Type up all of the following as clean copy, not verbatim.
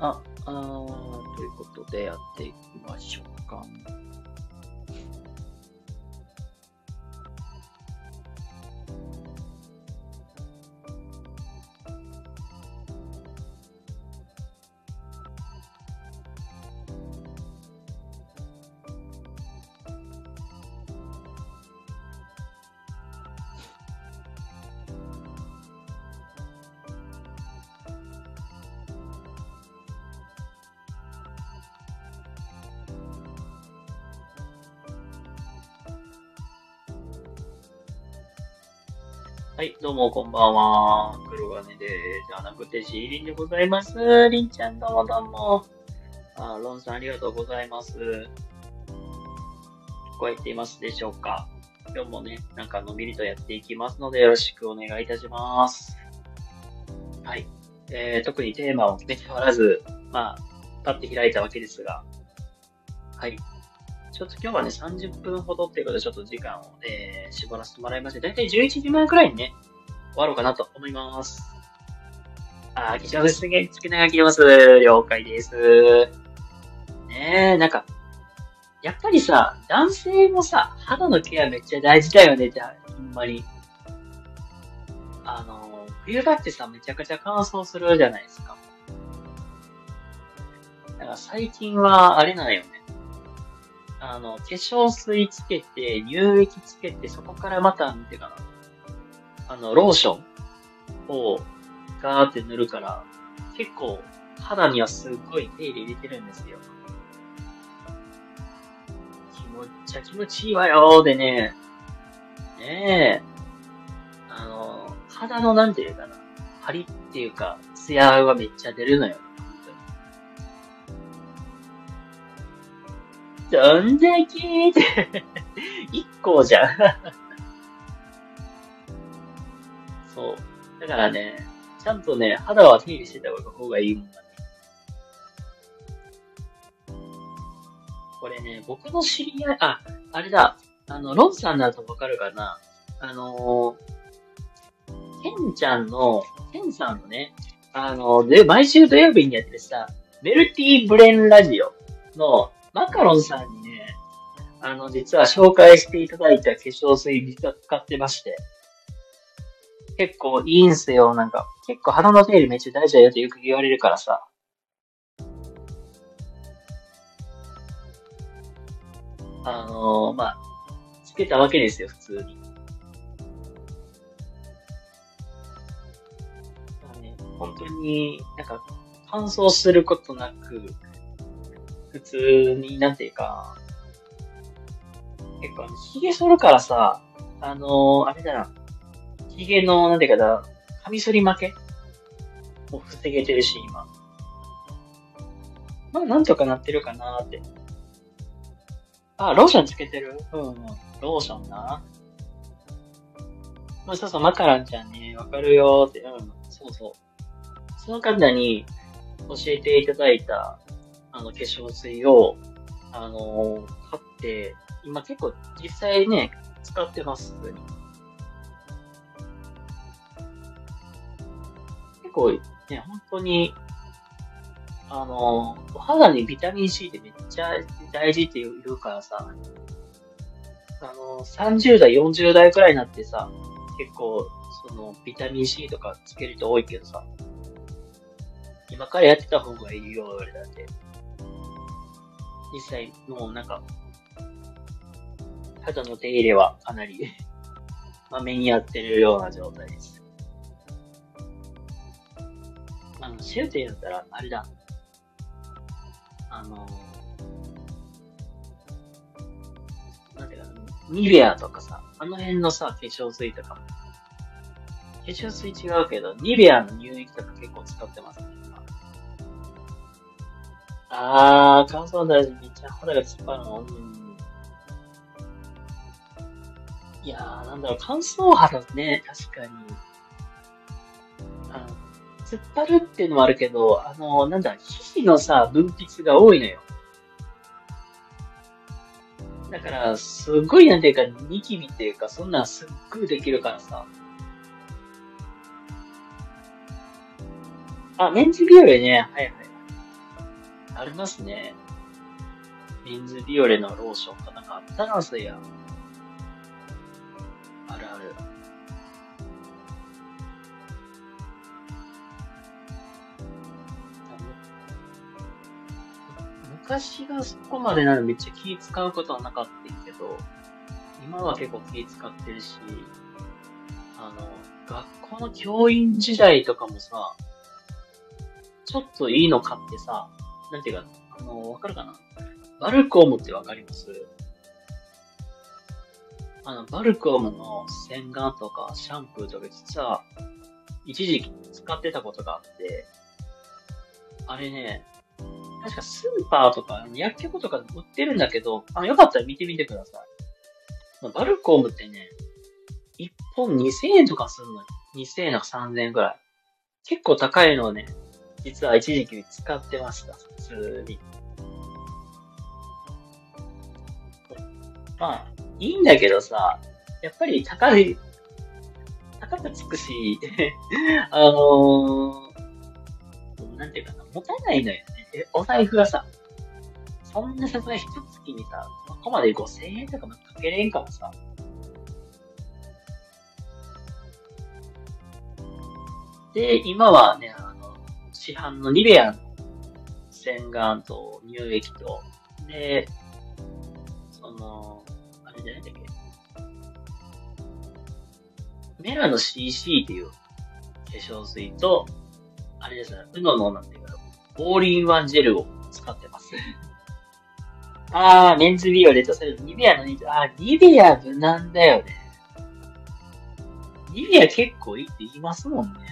ということでやっていきましょうか。はい、どうもこんばんは。黒金で、じゃなくてシーリンでございます。りんちゃんどうもどうも。ロンさんありがとうございます。聞こえていますでしょうか？今日もね、なんかのんびりとやっていきますのでよろしくお願いいたします。はい。特にテーマを決めておらず、パッて開いたわけですが、はい。ちょっと今日はね、30分ほどっていうことで、ちょっと時間を、絞らせてもらいまして、だいたい11時前くらいにね、終わろうかなと思います。化粧水つけながら切ります。了解です。ねえ、なんか、やっぱりさ、男性もさ、肌のケアめっちゃ大事だよねって、ほんまに。冬場ってさ、めちゃくちゃ乾燥するじゃないですか。だから最近は、あれなんよね。化粧水つけて、乳液つけて、そこからまた、なんていうかな、ローションをガーって塗るから、結構、肌にはすっごい手入れ入れてるんですよ。気持ちいいわよーでね、ねえ、肌のなんていうかな、張りっていうか、ツヤがめっちゃ出るのよ。どんだけーって一個じゃん。そう。だからね、ちゃんとね、肌は手入れしてた方がいいもんだね。これね、僕の知り合い、あれだ、ロンさんだとわかるかな。あのケンさんのね、毎週土曜日にやってるさ、メルティーブレンラジオのマカロンさんにね、実は紹介していただいた化粧水実は使ってまして、結構いいんすよ、なんか。結構肌の手入れめっちゃ大事だよってよく言われるからさ。つけたわけですよ、普通に。本当になんか乾燥することなく、普通になんていうか、結構髭剃るからさ、あれだな、髭のなんていうかな、カミソリ負けも防げてるし、今。なんとかなってるかなーって。ローションつけてるローションな。そうそう、マカランちゃんね、わかるよーって、そうそう。その方に教えていただいた、化粧水を、買って、今結構実際ね、使ってます。結構ね、本当に、お肌にビタミン C ってめっちゃ大事って言うからさ、30代、40代くらいになってさ、結構、ビタミン C とかつける人多いけどさ、今からやってた方がいいよ、俺だって。実際、もうなんか、肌の手入れはかなりまめにやってるような状態です。シューティンだったら、あれだ。あの、なんていうかな、ニベアとかさ、あの辺のさ、化粧水とかも。化粧水違うけど、ニベアの乳液とか結構使ってますね。乾燥だし、めっちゃ肌が突っ張るの。いやなんだろう、乾燥肌ね、確かに。突っ張るっていうのもあるけど、皮脂のさ、分泌が多いのよ。だから、すごいなんていうか、ニキビっていうか、そんなんすっごいできるからさ。メンズビオレね。はいはい。 ありますね。メンズビオレのローションかなんかあったな、そういや。あるある。昔がそこまでならめっちゃ気使うことはなかったんやけど、今は結構気使ってるし、学校の教員時代とかもさ、ちょっといいの買ってさ、なんていうか、わかるかな？バルコムってわかります？バルコムの洗顔とかシャンプーとか実は一時期使ってたことがあって、あれね、確かスーパーとか薬局とかで売ってるんだけど、よかったら見てみてください。バルコムってね、1本2000円とかするのよ。2000円とか3000円くらい。結構高いのをね、実は一時期使ってました。普通に。まあ、いいんだけどさ、やっぱり高くつくし、あのなんていうかな、持たないのよね。お財布がさ、そんなさすがに一月にさ、そこまで5000円とかもかけれんからさ。で、今はね、市販のニベアの洗顔と乳液と、で、あれじゃないんだっけ、メラの CC っていう化粧水と、あれですね、ウノのなんていうか、オールインワンジェルを使ってます。メンズビオレと、それニベアのニベア無難だよね。ニベア結構いいって言いますもんね。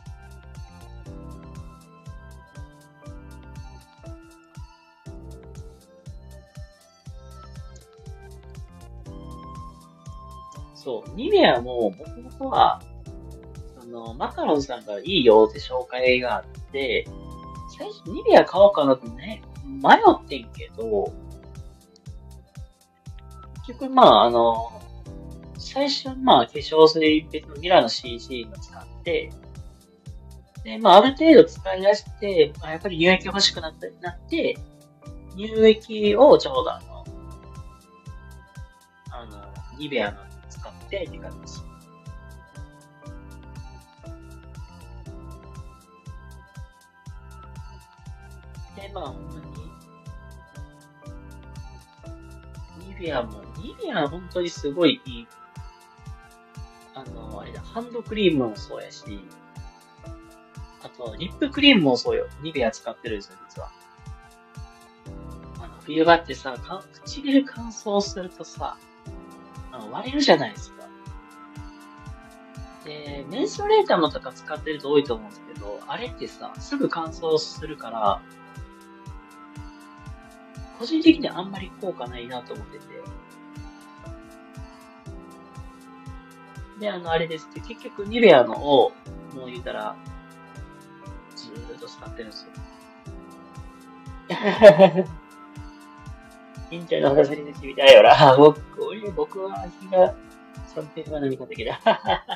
そう、ニベアも、もともとは、マカロンさんがいいよって紹介があって、最初ニベア買おうかなってね、迷ってんけど、結局最初化粧水別のミラの CC の使って、で、ある程度使い出して、やっぱり乳液欲しくなって、乳液をちょうどニベアの使ってって感じです。で、本当に、ニベアは本当にすごいいい。あれだ、ハンドクリームもそうやし、あと、リップクリームもそうよ。ニベア使ってるんですよ、実は。冬場ってさ、唇乾燥するとさ、割れるじゃないですか。で、メンソレータムとか使ってると多いと思うんですけど、あれってさ、すぐ乾燥するから、個人的にはあんまり効果ないなと思ってて。で、あれですって、結局ニベアのを、もう言うたら、ずーっと使ってるんですよ。インチャの話にしてみたいよな。僕は味が、シャンペーンが飲み方的だ。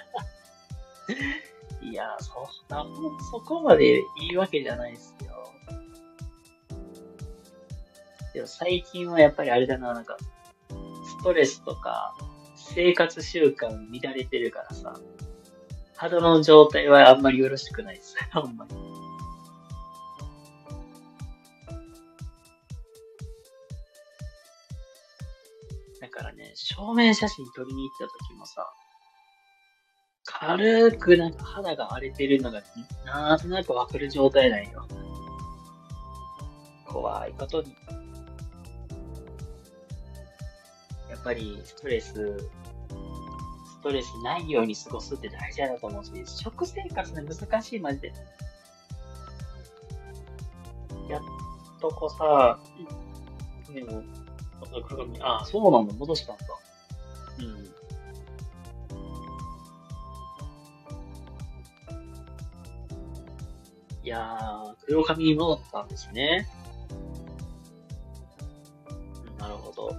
いや、そこまでいいわけじゃないですよ。でも最近はやっぱりあれだな、ストレスとか、生活習慣乱れてるからさ、肌の状態はあんまりよろしくないです。ほんまに。だからね、正面写真撮りに行った時もさ、軽く肌が荒れてるのが、なんとなくわかる状態なんよ。怖いことに。やっぱりストレスないように過ごすって大事だと思うし、食生活ね、難しい、マジで。やっとこさ、でも、そうなんだ、戻したんだ。うん。いや黒髪に戻ったんですね。うん、なるほど。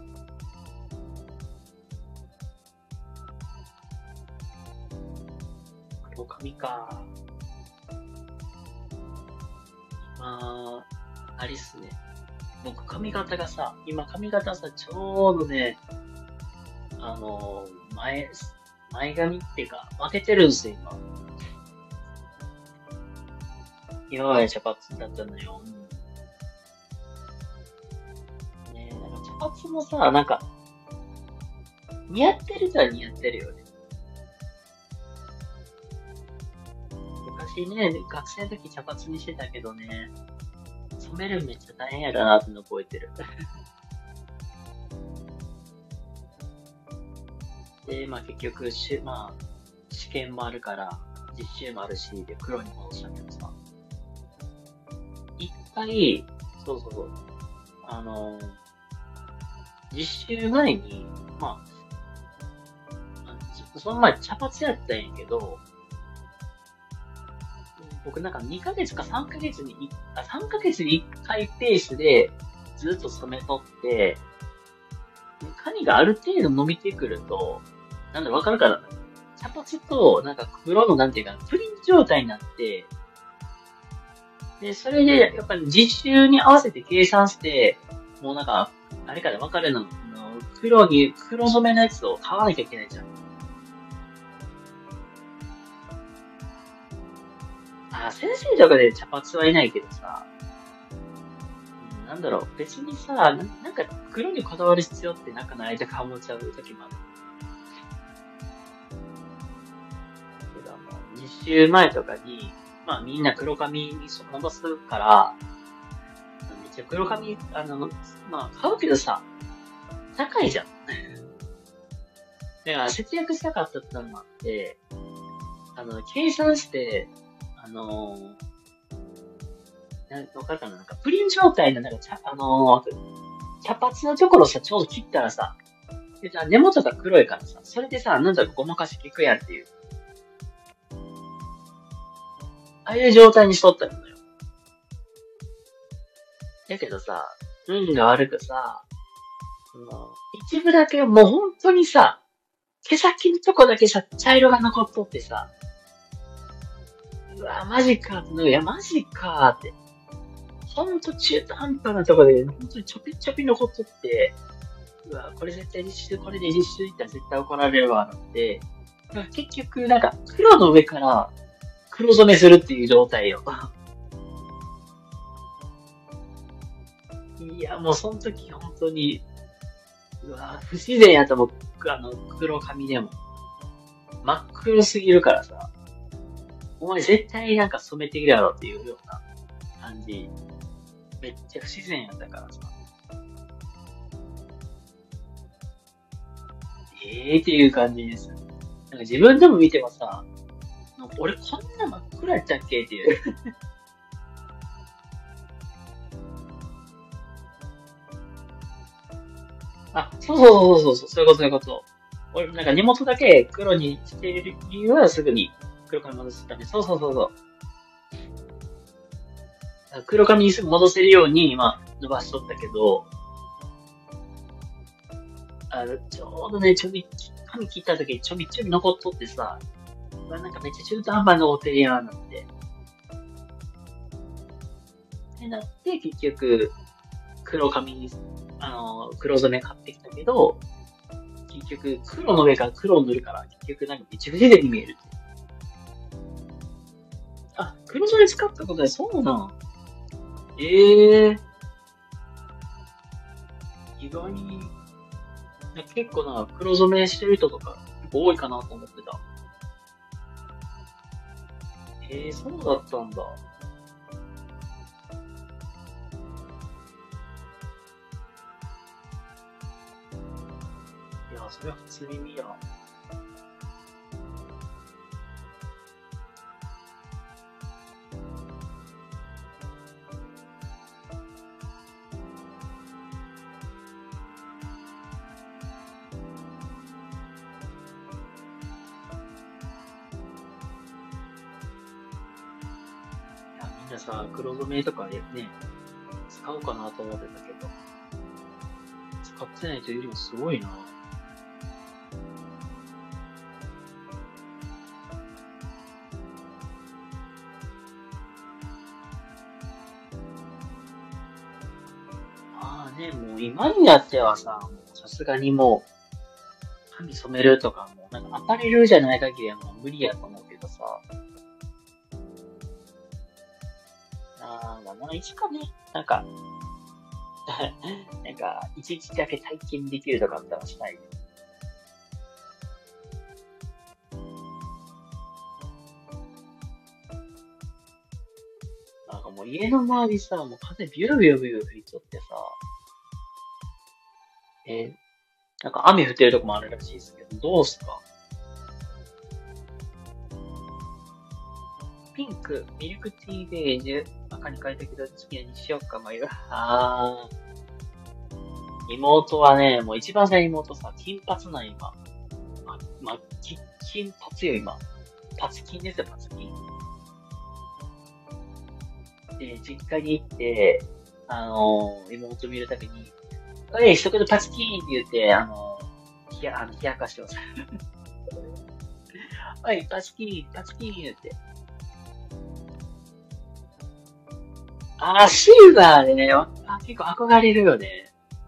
黒髪か。今、 ありっすね。僕髪型がさ、今髪型さ、ちょうどね、あのー前、前髪っていうか、分けてるんですよ、今。今まで茶髪だったのよ。ねえ、なんか茶髪もさ、なんか、似合ってるじゃ似合ってるよね。昔ね、学生の時茶髪にしてたけどね、染めるのめっちゃ大変やだなっての覚えてる。で、まあ結局、まあ、試験もあるから、実習もあるし、で、黒に戻したけどさ、一回、そうそうそう、あのー実習前に、まその前茶髪やったんやけど、僕なんか2ヶ月か3ヶ月に3ヶ月に1回ペースでずっと染めとって、髪がある程度伸びてくると、なんだわかるかな、茶髪となんか黒のなんていうか、プリン状態になって、で、それでやっぱり実習に合わせて計算して、もうなんか、あれかな、わかるの、黒染めのやつを買わなきゃいけないじゃん。先生とかで茶髪はいないけどさ、なんだろう、別にさ、なんか黒にこだわる必要ってなんかないとか思っちゃう時もある。けど、実習前とかに、まあみんな黒髪に戻すから、めっちゃ黒髪、まあ買うけどさ、高いじゃん。だから節約したかったってのもあって、計算して、あのわかるかな、なんかプリン状態の、なんか茶髪のところさ、ちょうど切ったらさ、でじゃあ根元が黒いからさ、それでさ、なんだろごまかし効くやんっていう、ああいう状態にしとったのよ。だけどさ、運が悪くさ、一部だけもう本当にさ、毛先のとこだけさ、茶色が残っとってさ、うわ、マジかって、いや、マジかって。ほんと中途半端なとこで、ほんとにちょぴちょぴ残っとって、うわ、これ絶対実習、これで実習行ったら絶対怒られるわ、なって。結局、なんか、黒の上から黒染めするっていう状態よ。いや、もうその時本当に、うわ、不自然やと思う。黒髪でも。真っ黒すぎるからさ、お前絶対なんか染めているやろっていうような感じ。めっちゃ不自然やったからさ。ええー、っていう感じです。なんか自分でも見てもさ、なんか俺こんな真っ暗やったっけっていう。そうそうそうそう、そういうことそういうこと。俺なんか荷物だけ黒にしている理由はすぐに黒髪戻すため。そうそうそうそう。黒髪にすぐ戻せるように、まあ、伸ばしとったけど、ちょうどね、髪切った時ちょびちょび残っとってさ、なんかめっちゃ中途半端な残ってるやん、なんて。ってなって、結局、黒髪に、黒染め買ってきたけど、結局、黒の上から黒を塗るから、結局なんかめっちゃ不自然に見える。黒染め使ったことない。そうなん。ええー、意外に、結構な、黒染めしてる人とか、結構多いかなと思ってた。ええー、そうだったんだ。いや、それは初耳や。いや、みんなさ、黒染めとかね、使おうかなと思ってたけど、使ってないというよりもすごいな。 ね、もう今になってはさ、もうさすがにもう、髪染めるとかも、なんかアパレルじゃない限りはもう無理やと思うけどさ、いつかね、なんか、なんか、一日だけ体験できるとかあったらしたい。なんかもう家の周りさ、もう風ビュービュービュー吹いちゃってさ、えーなんか雨降ってるとこもあるらしいですけど、どうすか？ピンク、ミルクティーベージュ、赤に変えたけど次はにしよっか、まあ、妹はね、もう一番最初妹さ、金髪なん今。金髪よ今。パツキンですよ、パツキン。で、実家に行って、妹見るたびに、おい、一言パツキンって言って、冷やかしてます。おい、パツキン、パツキン言って。シルバーでね、結構憧れるよね。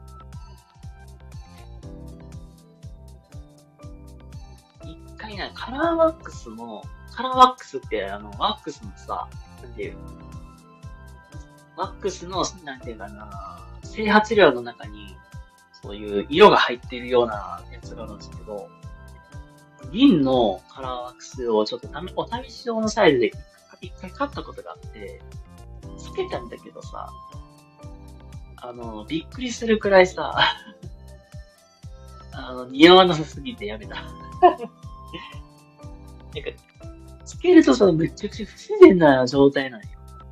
一回ね、カラーワックスってワックスのさ、なんていう、ワックスの、なんていうかな、整髪料の中に、そういう色が入っているようなやつがあるんですけど、銀のカラーワックスをちょっとお試し用のサイズで一回買ったことがあって、つけたんだけどさ、びっくりするくらいさ、似合わなさすぎてやめた。なんか、つけるとさ、めちゃくちゃ不自然な状態なんよ。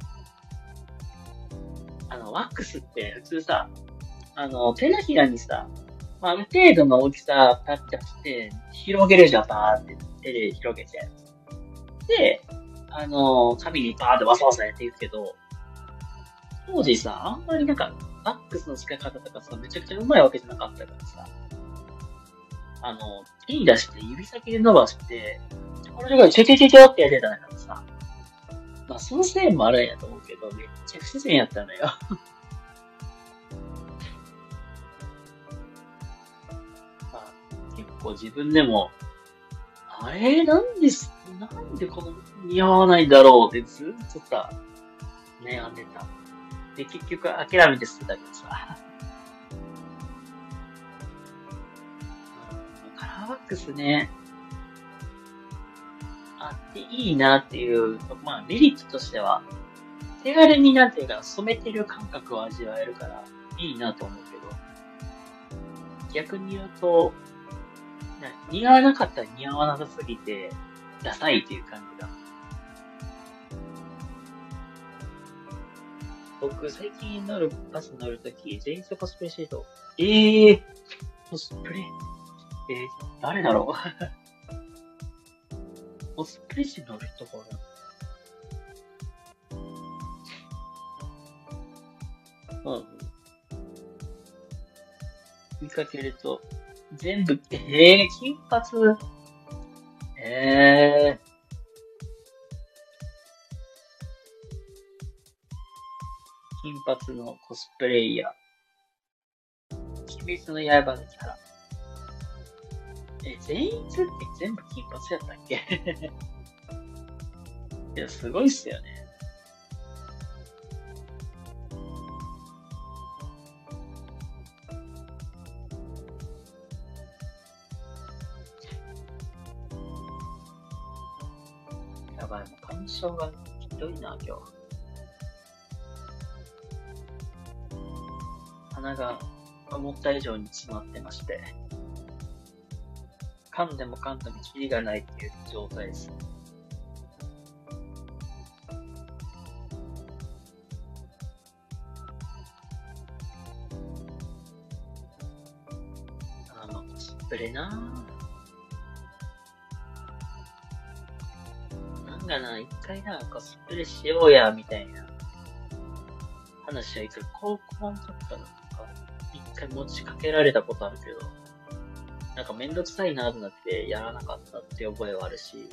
ワックスって普通さ、手のひらにさ、まあ、ある程度の大きさパッてして、広げるじゃん、パーって手で広げて。で、紙にパーってわさわさやっていくけど、当時さ、あんまりなんか、ワックスの使い方とかさ、めちゃくちゃうまいわけじゃなかったからさ、手に出して指先で伸ばして、これがちょちょちょちょってやってたからさ、まあ、そのせいもあるんやと思うけど、めっちゃ不自然やったのよ。まあ、結構自分でも、なんでこの似合わないんだろうってずっとさ、悩んでた。で、結局諦めて捨てたけどさ、カラーワックスね、あっていいなっていう、まあメリットとしては、手軽になんていうか、染めてる感覚を味わえるから、いいなと思うけど、逆に言うと、似合わなかったら似合わなさすぎて、ダサいっていう感じだ。僕、最近バス乗るとき、全員コスプレしてると、コスプレ誰だろう？コスプレ時乗る人かな？うん。見かけると、全部、金髪、え金髪のコスプレイヤー。鬼滅の刃のキャラ。全員って全部金髪やったっけ？いや、すごいっすよね。やばい、もう干渉がひどいな、今日。鼻が思った以上に詰まってまして、噛んでも噛んでもキリがないっていう状態です。まあ、コスプレななんかな、一回な、コスプレしようや、みたいな話はいく高校の時かなんか、一回持ちかけられたことあるけど、なんかめんどくさいなとなってやらなかったって覚えはあるし、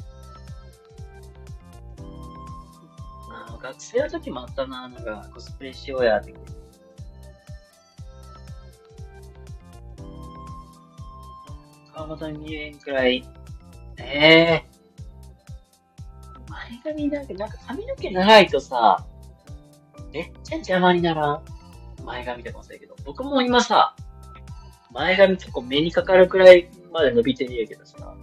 学生の時もあったな、なんかコスプレしようやって。 あ、また見えんくらい。ええ前髪なんか髪の毛長いとさ、めっちゃ邪魔にならん？前髪とかもそうやけど。僕も今さ、前髪結構目にかかるくらいまで伸びてるんやけどさ。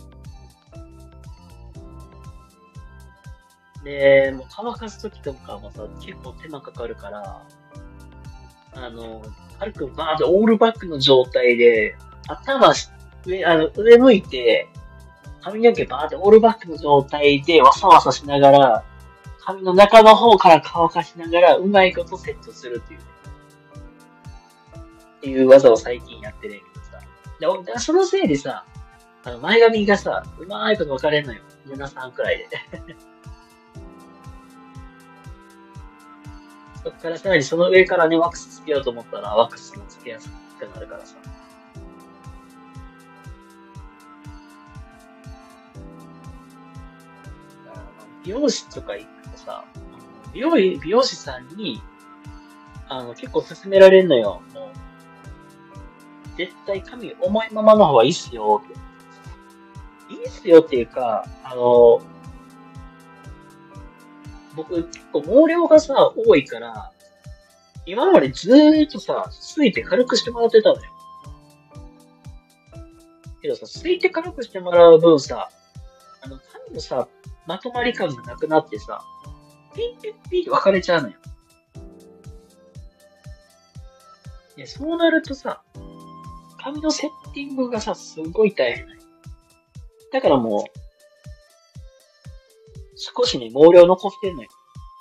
で、もう乾かすときとかもさ、結構手間かかるから、あの、軽くバーってオールバックの状態で、頭し上、上向いて、髪の毛バーってオールバックの状態でわさわさしながら、髪の中の方から乾かしながら、うまいことセットするっていう技を最近やってるんやけどさ。で、そのせいでさ、前髪がさ、うまいこと分かれんのよ。7、3くらいで。そっからさらにその上からね、ワックスつけようと思ったら、ワックスもつけやすくなるからさ。美容師とか行くとさ、美容師さんに、結構勧められるのよ。もう、絶対髪重いままの方がいいっすよって。いいっすよっていうか、僕結構毛量がさ、多いから、今までずーっとさ、すいて軽くしてもらってたのよ。けどさ、すいて軽くしてもらう分さ、髪のさ、まとまり感がなくなってさ、ピンピンピンって分かれちゃうのよ。そうなるとさ、髪のセッティングがさ、すごい大変だよ。だからもう、少しね、毛量残してんのよ。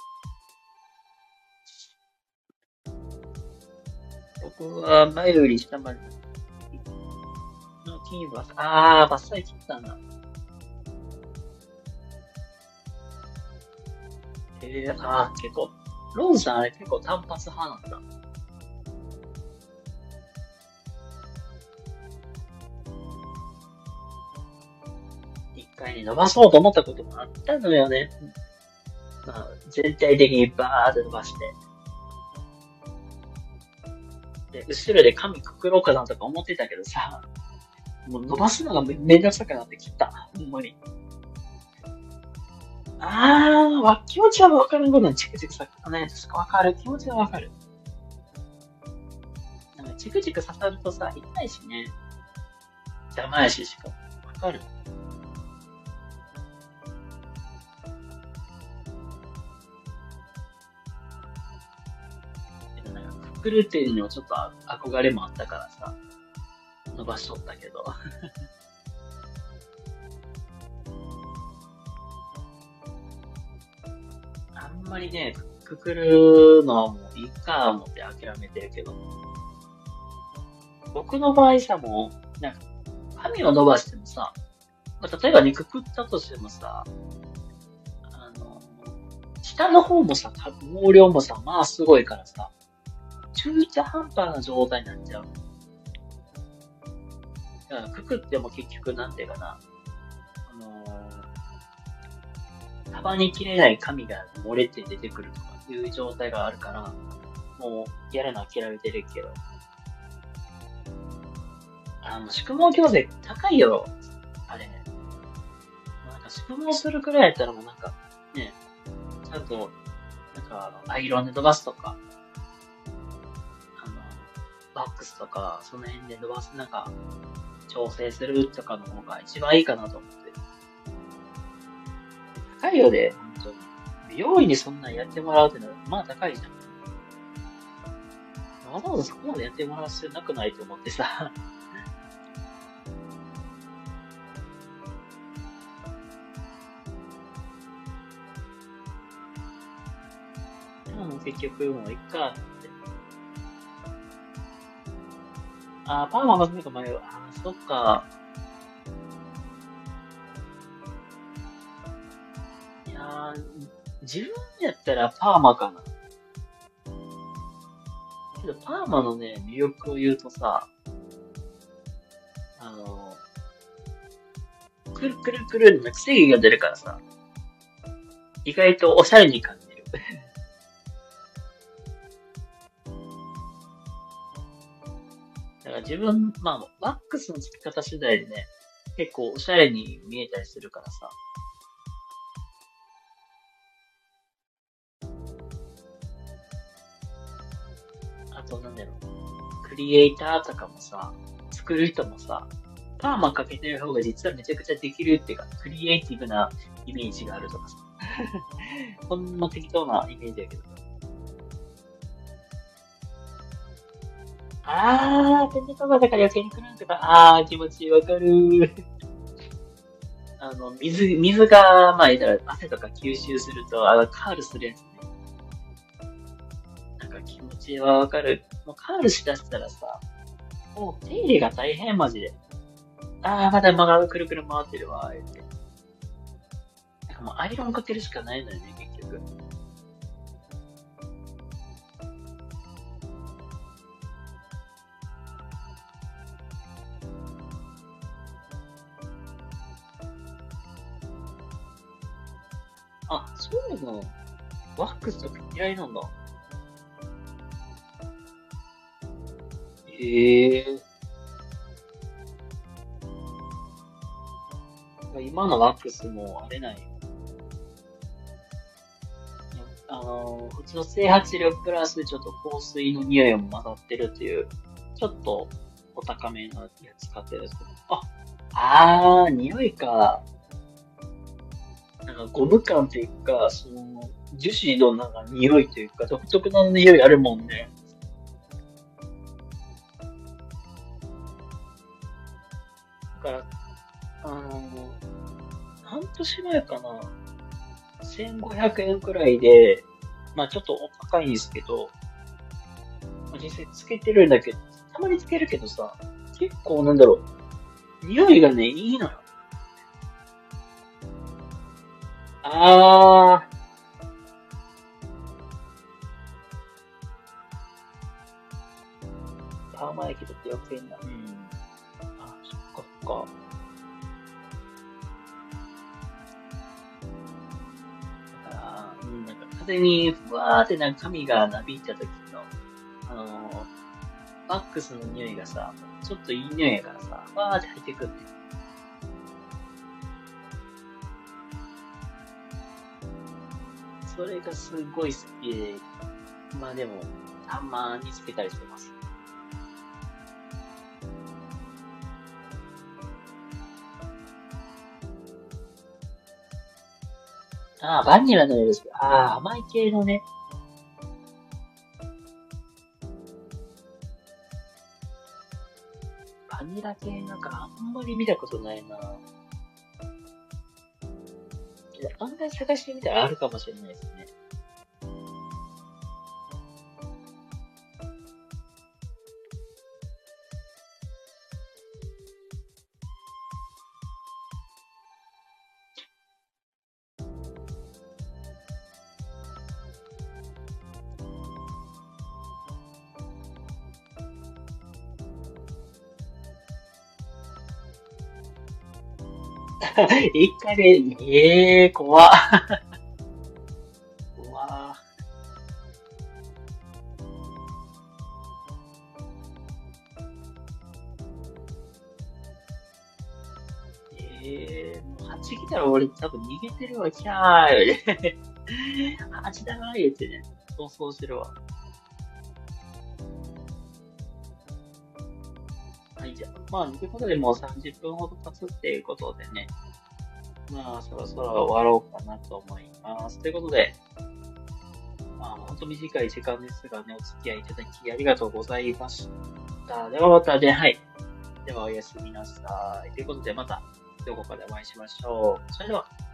僕は前より下までの金は、バッサリ切ったな。結構、ロンさんあれ結構単発派なんだ。一回に伸ばそうと思ったこともあったのよね。まあ、全体的にバーって伸ばして。で、後ろで髪くくろうかなとか思ってたけどさ、もう伸ばすのがめんどくさくなってきた。ほんまに。気持ちはわかることにチクチクさ、ね、わかる。気持ちはわかる。なんかチクチク刺さるとさ、痛いしね。邪魔やし、しかも。わかる。けどなんか、くくるっていうのはちょっと憧れもあったからさ、伸ばしとったけど。あんまりね、くくるのはもういいか思って諦めてるけど。僕の場合さ、もう、なんか、髪を伸ばしてもさ、例えばね、くくったとしてもさ、あの、下の方もさ、毛量もさ、まあすごいからさ、中途半端な状態になっちゃう。だからくくっても結局なんていうかな、束に切れない髪が漏れて出てくるとかいう状態があるから、もうやるの諦めてるけど。宿毛矯正高いよ。あれ。なんか宿毛するくらいやったらもうなんか、ね、ちゃんと、なんかアイロンで伸ばすとか、あの、ワックスとか、その辺で伸ばす、なんか、調整するとかの方が一番いいかなと思って。高いよね、本当に。美容院にそんなんやってもらうってのは、まあ高いじゃん。わざわざそこまでやってもらう必要なくないと思ってさ。結局もういっかって。パーマがするか迷う。そっか。いや自分やったらパーマかな。けど、パーマのね、魅力を言うとさ、あの、くるくるくるの癖が出るからさ、意外とおしゃれに感じる。だから自分、まあ、ワックスの付き方次第でね、 結構おしゃれに見えたりするからさ。あとなんだろう。クリエイターとかもさ、作る人もさ、パーマかけてる方が実はめちゃくちゃできるっていうか、クリエイティブなイメージがあるとかさ。ほんま適当なイメージだけど。ペンネカバーだから余計にくるんとか、気持ちいいわかる。水が、まあ、言ったら汗とか吸収すると、カールするやつね。なんか気持ちいいわわかる。もうカールしだしたらさ、もう手入れが大変マジで。まだくるくる回ってるわ、言って。なんかもうアイロンかけるしかないのよね、結局。そうなの。ワックスとか嫌いなんだ。へえ。今のワックスもあれないよ。普通の整髪料プラスちょっと香水の匂いも混ざってるっていう、ちょっとお高めのやつ使ってるんですけど。匂いか。なんかゴム感というか、樹脂のなんか匂いというか、独特な匂いあるもんね。だから、あの、半年前かな。1500円くらいで、まあちょっとお高いんですけど、まあ実際つけてるんだけど、たまにつけるけどさ、結構なんだろう、匂いがね、いいのよ。あパーマ液だって余計な。うん。そっかそっか。だから、なんか風にふわーってなんか髪がなびいた時の、あのーワックスの匂いがさ、ちょっといい匂いやからさ、わーって入ってくるね。それがすごい好きで、まあでも、たまにつけたりしてます。バニラの色ですけど、甘い系のね、バニラ系なんかあんまり見たことないな。案外探してみたらあるかもしれないですね。一回で、怖っ。うわもう蜂来たら俺多分逃げてるわ、キャーより。蜂だな、言ってね。そうしてるわ。はい、じゃあ、まあ、ということでもう30分ほど経つっていうことでね。まあ、そろそろ終わろうかなと思います。ということで、ほんと短い時間ですがね、お付き合いいただきありがとうございました。ではまたね、はい。ではおやすみなさい。ということで、またどこかでお会いしましょう。それでは。